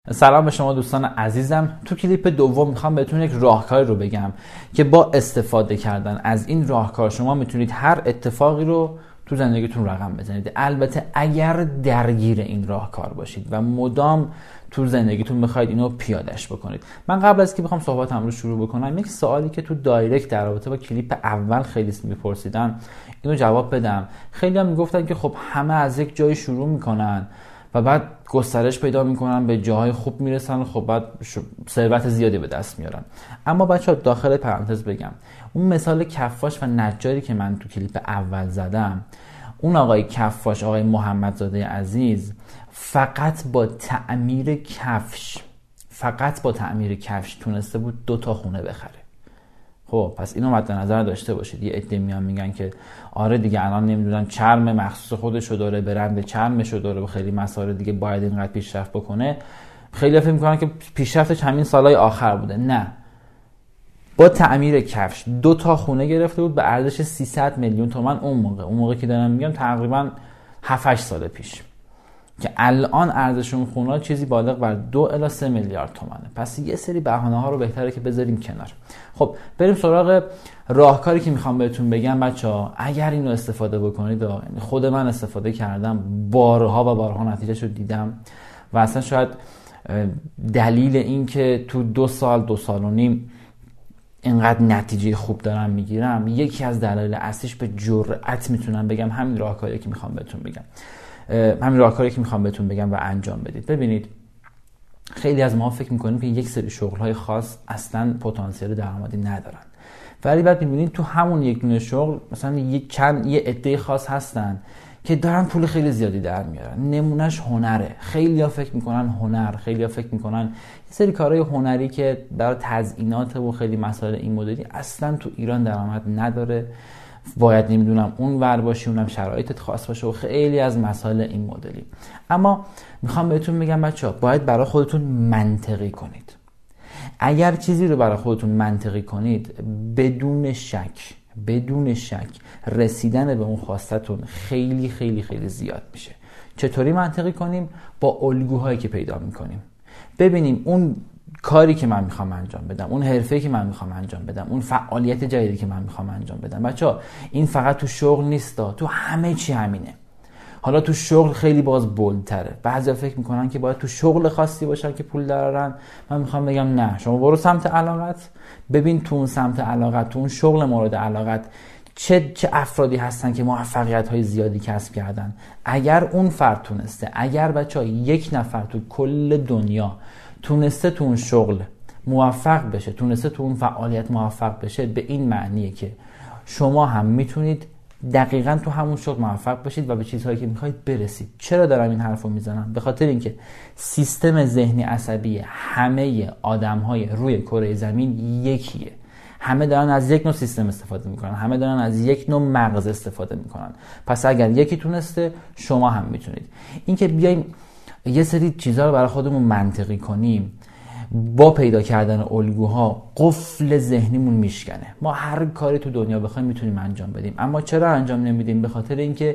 سلام به شما دوستان عزیزم. تو کلیپ دوم میخوام بهتون یک راهکار رو بگم که با استفاده کردن از این راهکار شما میتونید هر اتفاقی رو تو زندگیتون رقم بزنید. البته اگر درگیر این راهکار باشید و مدام تو زندگیتون بخواید اینو پیادهش بکنید. من قبل از که بخوام صحبتم رو شروع بکنم یک سوالی که تو دایرکت در رابطه با کلیپ اول خیلی میپرسیدن اینو جواب بدم. خیلی هم میگفتن که خب همه از یک جای شروع میکنن و بعد گسترش پیدا میکنن، به جاهای خوب میرسن، خب بعد ثروت زیادی به دست میارن. اما بچه‌ها داخل پرانتز بگم اون مثال کفاش و نجاری که من تو کلیپ اول زدم، اون آقای کفاش، آقای محمدزاده عزیز، فقط با تعمیر کفش تونسته بود 2 خونه بخره. خب پس اینو مد نظر داشته باشید. یه عده میان میگن که آره دیگه الان نمیدونم چرم مخصوص خودشو داره، برند چرمشو داره و خیلی مسائل دیگه باید اینقدر پیشرفت بکنه. خیلی فکر میکنن که پیشرفتش همین سالهای آخر بوده. نه، با تعمیر کفش 2 خونه گرفته بود به ارزش 300 میلیون تومان اون موقع که دارم میگم تقریبا 7-8 سال پیش، که الان ارزش اون خونه چیزی بالغ بر 2 الی 3 میلیارد تومانه. پس یه سری بهانه ها رو بهتره که بذاریم کنار. خب بریم سراغ راهکاری که میخوام بهتون بگم. بچه‌ها اگر اینو استفاده بکنید، خود من استفاده کردم، بارها و بارها نتیجهشو دیدم و اصلا شاید دلیل این که تو 2 سال و نیم اینقدر نتیجه خوب دارم میگیرم، یکی از دلایل اصلیش به جرئت میتونم بگم همین راهکاری که میخوام بهتون بگم و انجام بدید. ببینید خیلی از ما فکر میکنیم که یک سری شغل‌های خاص اصلا پتانسیل درآمدی ندارن، ولی بعد میبینید تو همون یک دونه شغل مثلا یه عده خاص هستن که دارن پول خیلی زیادی در میارن. نمونهش هنره. خیلی‌ها فکر میکنن یه سری کارهای هنری که برای تزیینات و خیلی مسائل این مدلی اصلا تو ایران درآمد نداره، باید نمیدونم اون ور باشی، اونم شرایطت خاص باشه و خیلی از مسائل این مدلی. اما میخوام بهتون بگم بچه‌ها باید برای خودتون منطقی کنید. اگر چیزی رو برای خودتون منطقی کنید، بدون شک رسیدن به اون خواستتون خیلی خیلی خیلی زیاد میشه. چطوری منطقی کنیم؟ با الگوهایی که پیدا میکنیم. ببینیم اون کاری که من میخوام انجام بدم، اون حرفه‌ای که من میخوام انجام بدم، اون فعالیت جدیدی که من میخوام انجام بدم، بچه‌ها این فقط تو شغل نیستا، تو همه چی همینه. حالا تو شغل خیلی باز بولتره. بعضیا فکر میکنن که باید تو شغل خاصی باشن که پول درارن. من میخوام بگم نه، شما برو سمت علاقت، ببین تو اون سمت علاقت، تو اون شغل مورد علاقت چه افرادی هستن که موفقیت‌های زیادی کسب کردن. اگر اون فرد تونسته، اگر بچه‌ها 1 نفر تو کل دنیا تونسته تو اون شغل موفق بشه، تونسته تو اون فعالیت موفق بشه، به این معنیه که شما هم میتونید دقیقاً تو همون شغل موفق بشید و به چیزهایی که میخواید برسید. چرا دارم این حرفو میزنم؟ به خاطر اینکه سیستم ذهنی عصبی همه آدم‌های روی کره زمین یکیه. همه دارن از یک نوع سیستم استفاده میکنن، همه دارن از یک نوع مغز استفاده میکنن. پس اگر یکی تونسته، شما هم میتونید. این که بیایم یه سری چیزها رو برای خودمون منطقی کنیم، با پیدا کردن الگوها قفل ذهنیمون میشکنه. ما هر کاری تو دنیا بخوایم میتونیم انجام بدیم، اما چرا انجام نمیدیم؟ به خاطر اینکه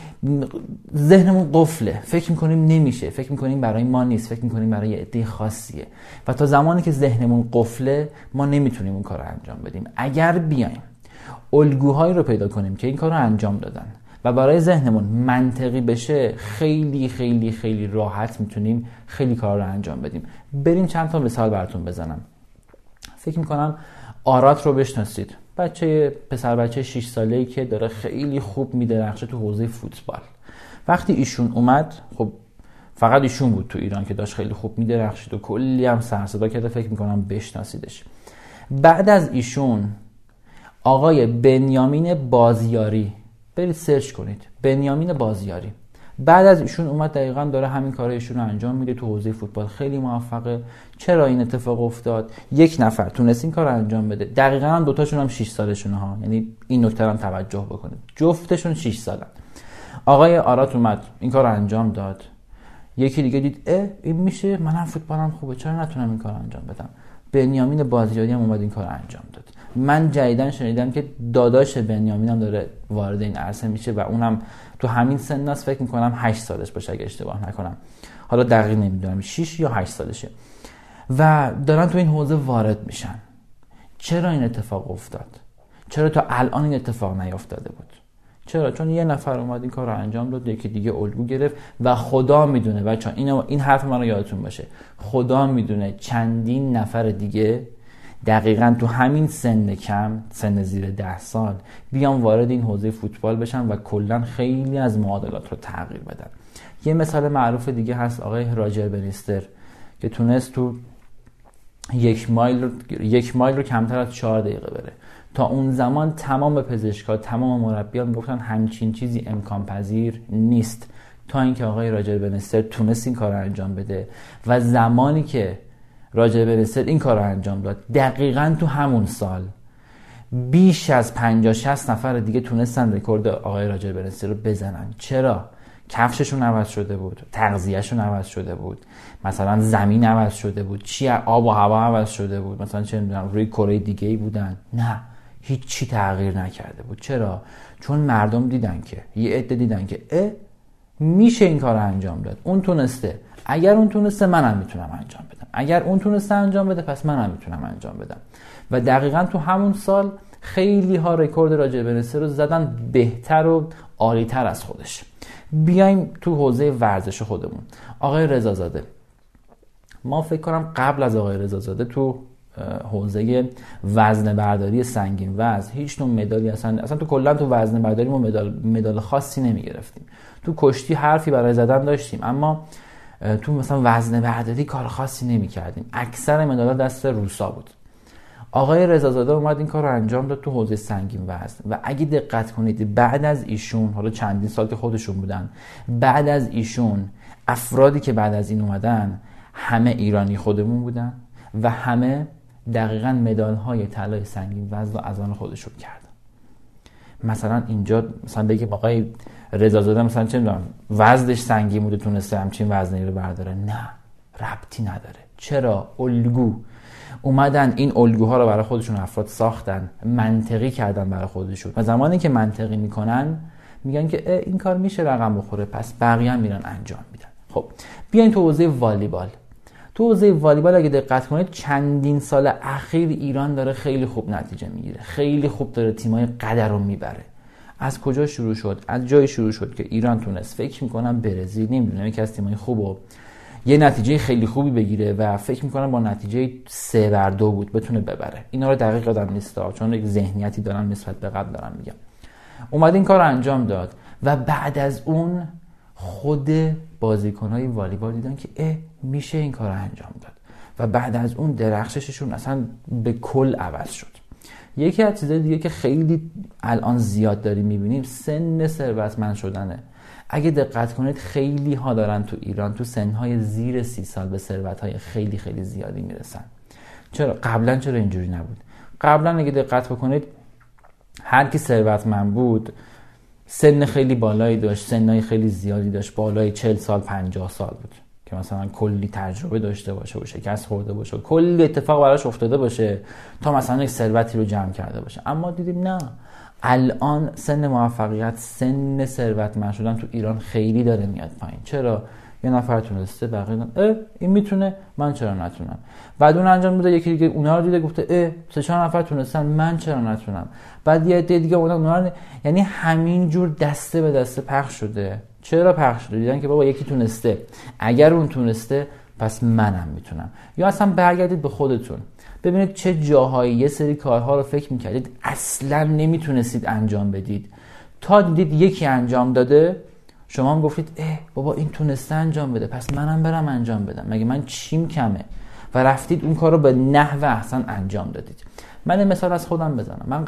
ذهنمون قفله. فکر میکنیم نمیشه، فکر میکنیم برای ما نیست، فکر میکنیم برای یه عده خاصیه و تا زمانی که ذهنمون قفله ما نمیتونیم اون کار رو انجام بدیم. اگر بیایم الگوهایی رو پیدا کنیم که این کار رو انجام دادن و برای ذهنمون منطقی بشه، خیلی خیلی خیلی راحت میتونیم خیلی کار رو انجام بدیم. بریم چند تا مثال براتون بزنم. فکر میکنم آرات رو بشناسید. پسر بچه 6 ساله‌ای که داره خیلی خوب میدرخشه تو حوزه فوتبال. وقتی ایشون اومد، خب فقط ایشون بود تو ایران که داشت خیلی خوب میدرخشید و کلی هم سر صدا کرده، فکر میکنم بشناسیدش. بعد از ایشون آقای بنیامین بازیاری، برید سرچ کنید، بنیامین بازیاری. بعد از ایشون اومد، دقیقاً داره همین کارا ایشون رو انجام میده تو حوزه فوتبال، خیلی موفقه. چرا این اتفاق افتاد؟ 1 نفر تونست این کارو انجام بده. دقیقاً هم 2 تاشون هم 6 سالشونه ها، یعنی این نکته هم توجه بکنید، جفتشون 6 سالن. آقای آرات اومد این کارو انجام داد. یکی دیگه دید این میشه، منم فوتبالم خوبه، چرا نتونم این کارو انجام بدم؟ بنیامین بازیاری هم اومد این کارو انجام داد. من جدیداً شنیدم که داداش بنیامین هم داره وارد این عرصه میشه و اونم تو همین سن است، فکر میکنم 8 سالش باشه اگه اشتباه نکنم. حالا دقیق نمیدونم 6 یا 8 سالشه و دارن تو این حوزه وارد میشن. چرا این اتفاق افتاد؟ چرا تا الان این اتفاق نیافتاده بود؟ چرا؟ چون یه نفر اومد این کار رو انجام داد، یکی دیگه الگو گرفت و خدا میدونه بچه‌ها، این حرف من رو یادتون باشه، خدا میدونه چندین نفر دیگه دقیقاً تو همین سن کم، سن زیر 10 سال بیان وارد این حوزه فوتبال بشن و کلاً خیلی از معادلات رو تغییر بدن. یه مثال معروف دیگه هست آقای راجر بنیستر که تونست تو یک مایل رو کمتر از 4 دقیقه بره. تا اون زمان تمام پزشکا، تمام مربیان میگفتن همچین چیزی امکان پذیر نیست، تا اینکه آقای راجر بنیستر تونست این کار رو انجام بده و زمانی که راجر بنیستر این کار رو انجام داد دقیقاً تو همون سال بیش از 50-60 نفر دیگه تونستن رکورد آقای راجر بنیستر رو بزنن. چرا؟ کفششون عوض شده بود، تغذیهشون عوض شده بود، مثلا زمین عوض شده بود، آب و هوا عوض شده بود، مثلا چه میدونم روی کره دیگه ای بودن. نه، هیچی تغییر نکرده بود. چرا؟ چون مردم دیدن که، یه عده دیدن که میشه این کار رو انجام داد، اون تونسته، اگر اون تونسته منم میتونم انجام بدم، اگر اون تونسته انجام بده پس منم میتونم انجام بدم. و دقیقاً تو همون سال خیلی ها رکورد راجر بنیستر رو زدن بهتر و عالی‌تر از خودش. بیایم تو حوزه ورزش خودمون. آقای رضازاده، ما فکر کنم قبل از آقای رضازاده تو حوزه وزنه برداری سنگین وزن هیچ نوع مدالی اصلا تو کلا تو وزنه برداری ما مدال خاصی نمی گرفتیم. تو کشتی حرفی برای زدن داشتیم، اما تو مثلا وزنه برداری کار خاصی نمی کردیم. اکثر مدال‌ها دست روسا بود. آقای رضازاده اومد این کار رو انجام داد تو حوزه سنگین وزن و اگه دقت کنید بعد از ایشون، حالا چندین سال که خودشون بودن، بعد از ایشون افرادی که بعد از این اومدن همه ایرانی خودمون بودن و همه دقیقاً مدال‌های طلای سنگین وزن رو از آن خودشون کردن. مثلا اینجا مثلا بگیم آقای رضازاده مثلا چه می‌دونم وزنش سنگین بوده تونسته همچین وزنی رو برداره، نه، ربطی نداره. چرا؟ الگو اومدن این الگوها رو برای خودشون افراد ساختن، منطقی کردن برای خودشون و زمانی که منطقی میکنن میگن که این کار میشه رقم بخوره، پس بقیه هم میرن انجام میدن. خب بیاین تو حوزه والیبال. تو حوزه والیبال اگه دقت کنید چندین سال اخیر ایران داره خیلی خوب نتیجه میگیره، خیلی خوب داره تیمای قدر رو میبره. از کجا شروع شد؟ از جایی شروع شد که ایران تونست، فکر میکنم برزیل، نمیدونم، یکی از تیمای خوبو یه نتیجه خیلی خوبی بگیره و فکر میکنم با نتیجه 3-2 بود بتونه ببره. اینا رو دقیق یادم نیست چون یک ذهنیتی دارم نسبت به قبل دارم میگم. اومد این کار رو انجام داد و بعد از اون خود بازیکن‌های والیبال دیدن که میشه این کار رو انجام داد و بعد از اون درخشششون اصلا به کل عوض شد. یکی از چیزای دیگه که خیلی الان زیاد داریم میبینیم سن ثروتمند شدنه. اگه دقت کنید خیلی ها دارن تو ایران تو سنهای زیر 30 سال به ثروت‌های خیلی خیلی زیادی میرسن. چرا؟ قبلا چرا اینجوری نبود؟ قبلا اگه دقت بکنید هر کی ثروتمند بود سن خیلی بالایی داشت، سنهای خیلی زیادی داشت، بالای 40 سال 50 سال بود که مثلا کلی تجربه داشته باشه و شکست خورده باشه و کلی اتفاق براش افتاده باشه تا مثلا یک ثروتی رو جمع کرده باشه. اما دیدیم نه، الان سن موفقیت، سن ثروتمند شدن تو ایران خیلی داره میاد پایین. چرا؟ یه نفر تونسته، بقیه این میتونه، من چرا نتونم؟ بعد اون انجام بده، یکی دیگه اونها رو دیده گفته 3-4 نفر تونستن، من چرا نتونم؟ بعد یه عده دیگه اونها رو، یعنی همین جور دسته به دسته پخش شده. چرا پخش شده؟ دیدن که بابا یکی تونسته، اگر اون تونسته پس منم میتونم. یا اصلا برگردید به خودتون ببینید چه جاهایی یه سری کارها رو فکر میکردید اصلا نمیتونستید انجام بدید، تا دیدید یکی انجام داده شما هم گفتید بابا این تونسته انجام بده پس منم برم انجام بدم، مگه من چیم کمه؟ و رفتید اون کار رو به نحو احسن انجام دادید. من این مثال از خودم بزنم. من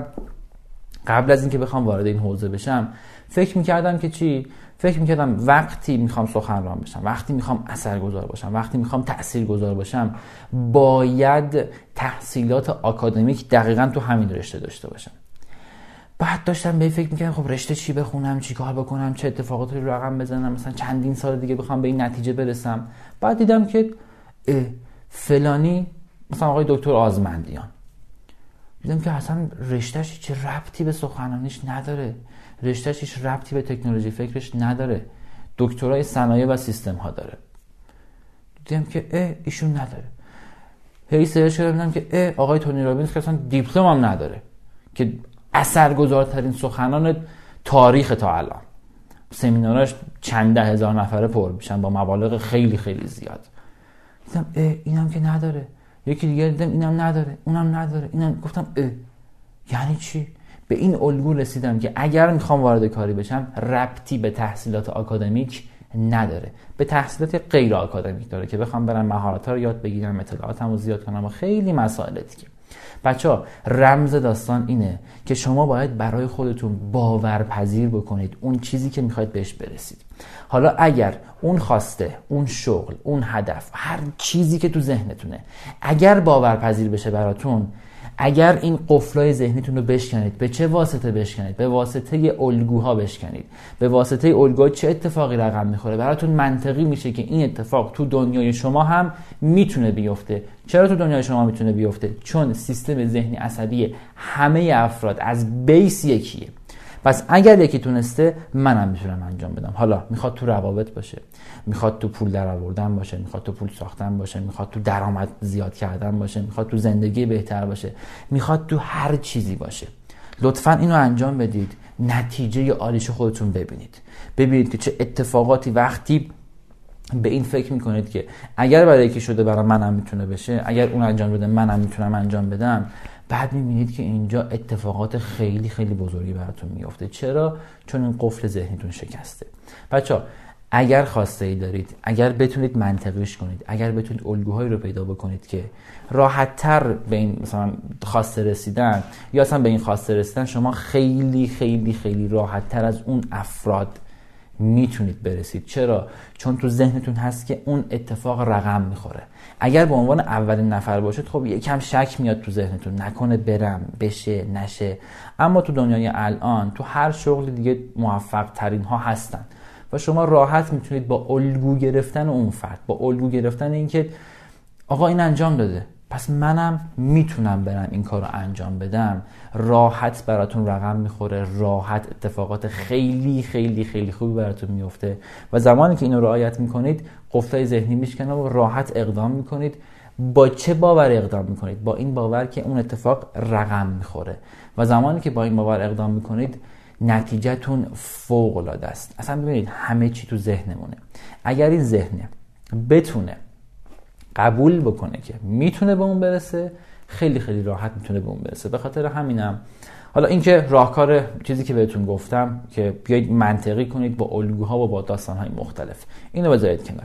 قبل از اینکه بخوام وارد این حوزه بشم فکر میکردم که چی؟ فکر میکردم وقتی میخوام سخنران بشم، وقتی میخوام اثرگذار باشم، وقتی میخوام تاثیرگذار باشم باید تحصیلات آکادمیک دقیقاً تو همین رشته داشته باشم. بعد داشتم به فکر میکردم خب رشته چی بخونم، چی کار بکنم، چه اتفاقاتی رو رقم بزنم، مثلا چندین سال دیگه بخوام به این نتیجه برسم. بعد دیدم که فلانی مثلا آقای دکتر آزمندیان، دیدم که اصلا رشتهش چه ربطی به سخنرانیش نداره، رشتهش هیچ ربطی به تکنولوژی فکرش نداره، دکترای صنایع و سیستم ها داره. دیدم که ایشون نداره. هی سرچ کردم که آقای تونی رابینز که اصلا دیپلم هم نداره، که اثرگذارترین سخنان تاریخ تا الان. سمیناراش چند ده هزار نفره پر میشن با مبالغ خیلی خیلی زیاد. دیدم اینم که نداره. یکی دیگه دیدم اینم نداره، اونم نداره، اینم. گفتم یعنی چی؟ به این الگو رسیدم که اگر میخوام وارد کاری بشم ربطی به تحصیلات آکادمیک نداره، به تحصیلات غیر آکادمیک داره که بخوام برم مهارت‌ها رو یاد بگیرم، اطلاعاتمو زیاد کنم و خیلی مسائل دیگه. بچه‌ها رمز داستان اینه که شما باید برای خودتون باورپذیر بکنید اون چیزی که میخواید بهش برسید. حالا اگر اون خواسته، اون شغل، اون هدف، هر چیزی که تو ذهنتونه اگر باورپذیر بشه براتون، اگر این قفلای ذهنیتون رو بشکنید، به چه واسطه بشکنید؟ به واسطه الگوها بشکنید. به واسطه الگوها چه اتفاقی رقم میخوره؟ براتون منطقی میشه که این اتفاق تو دنیای شما هم میتونه بیفته. چرا تو دنیای شما میتونه بیفته؟ چون سیستم ذهنی عصبی همه افراد از بیس یکیه. پس اگر یکی تونسته، منم میتونم انجام بدم. حالا میخواد تو روابط باشه، میخواد تو پول درآوردن باشه، میخواد تو پول ساختن باشه، میخواد تو درآمد زیاد کردن باشه، میخواد تو زندگی بهتر باشه، میخواد تو هر چیزی باشه. لطفاً اینو انجام بدید، نتیجه عالیش خودتون ببینید که چه اتفاقاتی وقتی به این فکر میکنید که اگر برای یکی شده برای منم میتونه بشه، اگر اون انجام بده منم میتونم انجام بدم، بعد میبینید که اینجا اتفاقات خیلی خیلی بزرگی براتون میفته. چرا؟ چون این قفل ذهنیتون شکسته. بچه‌ها اگر خواسته ای دارید، اگر بتونید منطقیش کنید، اگر بتونید الگوهایی رو پیدا بکنید که راحت‌تر به این مثلا خواسته رسیدن، یا اصلا به این خواسته رسیدن شما خیلی خیلی خیلی راحت‌تر از اون افراد میتونید برسید. چرا؟ چون تو ذهنتون هست که اون اتفاق رقم میخوره. اگر به عنوان اولین نفر باشید خب یکم شک میاد تو ذهنتون، نکنه برم بشه نشه. اما تو دنیای الان تو هر شغل دیگه موفق ترین ها هستن و شما راحت میتونید با الگو گرفتن اون فرد، با الگو گرفتن این که آقا این انجام داده پس منم میتونم برم این کار رو انجام بدم، راحت براتون رقم میخوره، راحت اتفاقات خیلی خیلی خیلی خوبی براتون میفته و زمانی که اینو رعایت میکنید قفلای ذهنی میشکنه و راحت اقدام میکنید. با چه باور اقدام میکنید؟ با این باور که اون اتفاق رقم میخوره و زمانی که با این باور اقدام میکنید نتیجهتون فوق العاده است. اصلا ببینید همه چی تو ذهنمونه. اگر این ذهن بتونه قبول بکنه که میتونه به اون برسه، خیلی خیلی راحت میتونه به اون برسه. به خاطر همینم حالا اینکه راهکار چیزی که بهتون گفتم که بیایید منطقی کنید با الگوها و با داستانهای مختلف، اینو بذارید کنار.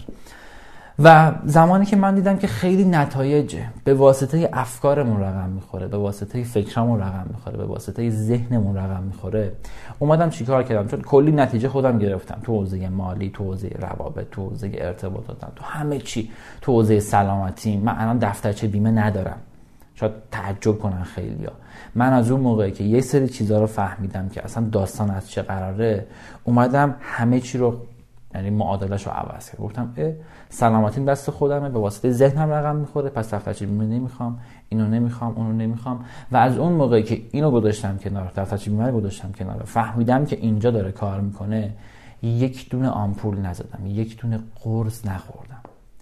و زمانی که من دیدم که خیلی نتایج به واسطه افکارمون رقم میخوره، به واسطه فکرامون رقم میخوره، به واسطه ذهنمون رقم میخوره، اومدم چیکار کردم؟ چون کلی نتیجه خودم گرفتم تو حوزه مالی، تو حوزه روابط، تو حوزه ارتباطاتم، تو همه چی، تو حوزه سلامتی. من الان دفترچه بیمه ندارم. شاید تعجب کنن خیلیا. من از اون موقعی که یه سری چیزا رو فهمیدم که اصلا داستان از چه قراره، اومدم همه چی رو یعنی معادله‌شو عوض کردم. گفتم سلامتیم دست خودمه، به واسطه ذهنم رقم میخوره، پس دفترچه بیمه نمیخوام، اینو نمیخوام، اونو نمیخوام. و از اون موقعی که اینو گذاشتم کنار، دفترچه بیمه رو گذاشتم کنار، فهمیدم که اینجا داره کار میکنه، یک دونه آمپول نزدم، یک دونه قرص نخوردم،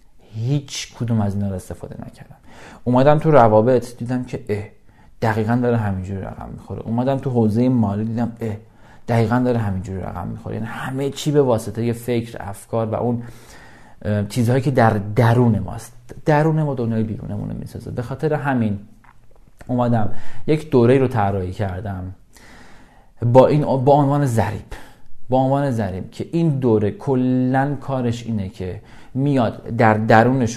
هیچ کدوم از اینا رو استفاده نکردم. اومدم تو روابط دیدم که دقیقاً داره همینجوری رقم میخوره. اومدم تو حوزه مالی دیدم دقیقاً داره همینجوری رقم میخوره. یعنی همه چی به واسطه فکر، افکار و اون چیزهایی که در درون ماست، درون ما دنیای بیرونمون رو میسازه. به خاطر همین اومدم یک دوره رو طراحی کردم با عنوان ضریب که این دوره کلاً کارش اینه که میاد در درون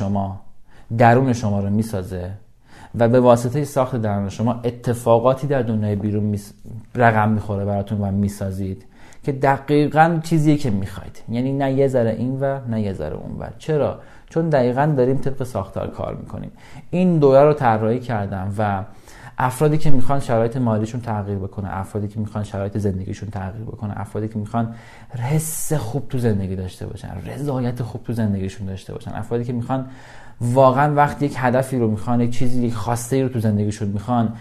شما رو میسازه و به واسطه ساخت درون شما اتفاقاتی در دنیای بیرون رقم میخوره براتون و میسازید که دقیقاً چیزیه که میخواید. یعنی نه یه ذره این ور نه یه ذره اون ور. چرا؟ چون دقیقاً داریم طبق ساختار کار میکنیم. این دوره رو طراحی کردم و افرادی که میخوان شرایط مالیشون تغییر بکنه، افرادی که میخوان شرایط زندگیشون تغییر بکنه، افرادی که میخوان حس خوب تو زندگی داشته باشن، رضایت خوب تو زندگیشون داشته باشن، افرادی که میخوان واقعا وقتی یک هدفی رو میخوان، یک چیزی، یک خواسته رو تو زندگیشون میخوان،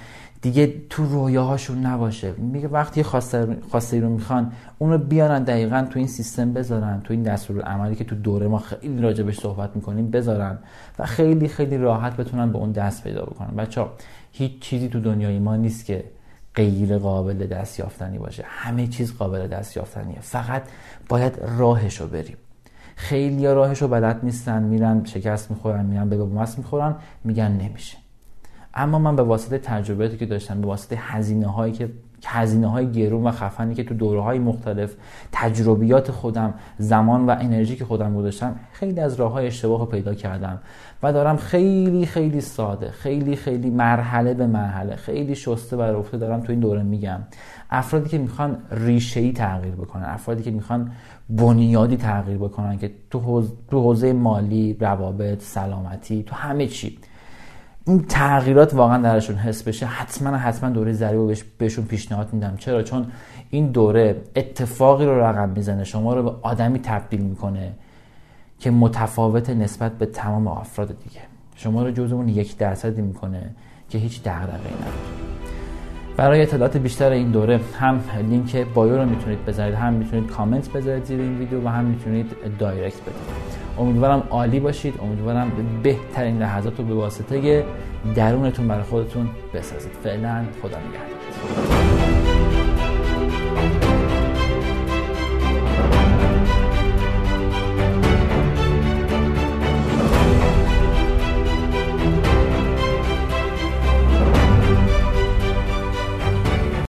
دیگه تو رویاهاشون نباشه. میگه وقتی خواسته رو میخوان اون رو بیارن دقیقاً تو این سیستم بذارن، تو این دستورالعملی که تو دوره ما خیلی راجبش صحبت میکنیم بذارن و خیلی خیلی راحت بتونن به اون دست پیدا بکنن. بچه‌ها هیچ چیزی تو دنیای ما نیست که غیر قابل دست یافتنی باشه. همه چیز قابل دست یافتنیه، فقط باید راهشو بریم. خیلی‌ها راهشو بلد نیستن، میرن شکست میخورن، میرن به مس میخورن، میگن نمیشه. اما من به واسطه تجربیاتی که داشتم، به واسطه هزینه‌های گرون و خفنی که تو دوره‌های مختلف، تجربیات خودم، زمان و انرژی که خودم گذاشتم، خیلی از راه‌های اشتباه رو پیدا کردم و دارم خیلی خیلی ساده، خیلی خیلی مرحله به مرحله، خیلی شسته و رفته دارم تو این دوره میگم. افرادی که میخوان ریشه‌ای تغییر بکنن، افرادی که میخوان بنیادی تغییر بکنن که تو حوزه مالی، روابط، سلامتی، تو همه چی این تغییرات واقعا درشون حس بشه، حتما دوره ضریب بهشون پیشنهاد میدم. چرا؟ چون این دوره اتفاقی رو رقم میزنه، شما رو به آدمی تبدیل میکنه که متفاوت نسبت به تمام افراد دیگه. شما رو جزو اون 1% میکنه که هیچ دغدغه‌ای نداره. برای اطلاعات بیشتر این دوره هم لینک بایو رو میتونید بذارید، هم میتونید کامنت بذارید زیر این ویدیو و هم میتونید دایرکت بدید. امیدوارم عالی باشید، امیدوارم بهترین لحظات رو به واسطه درونتون برای خودتون بسازید. فعلا خدا نگهدار.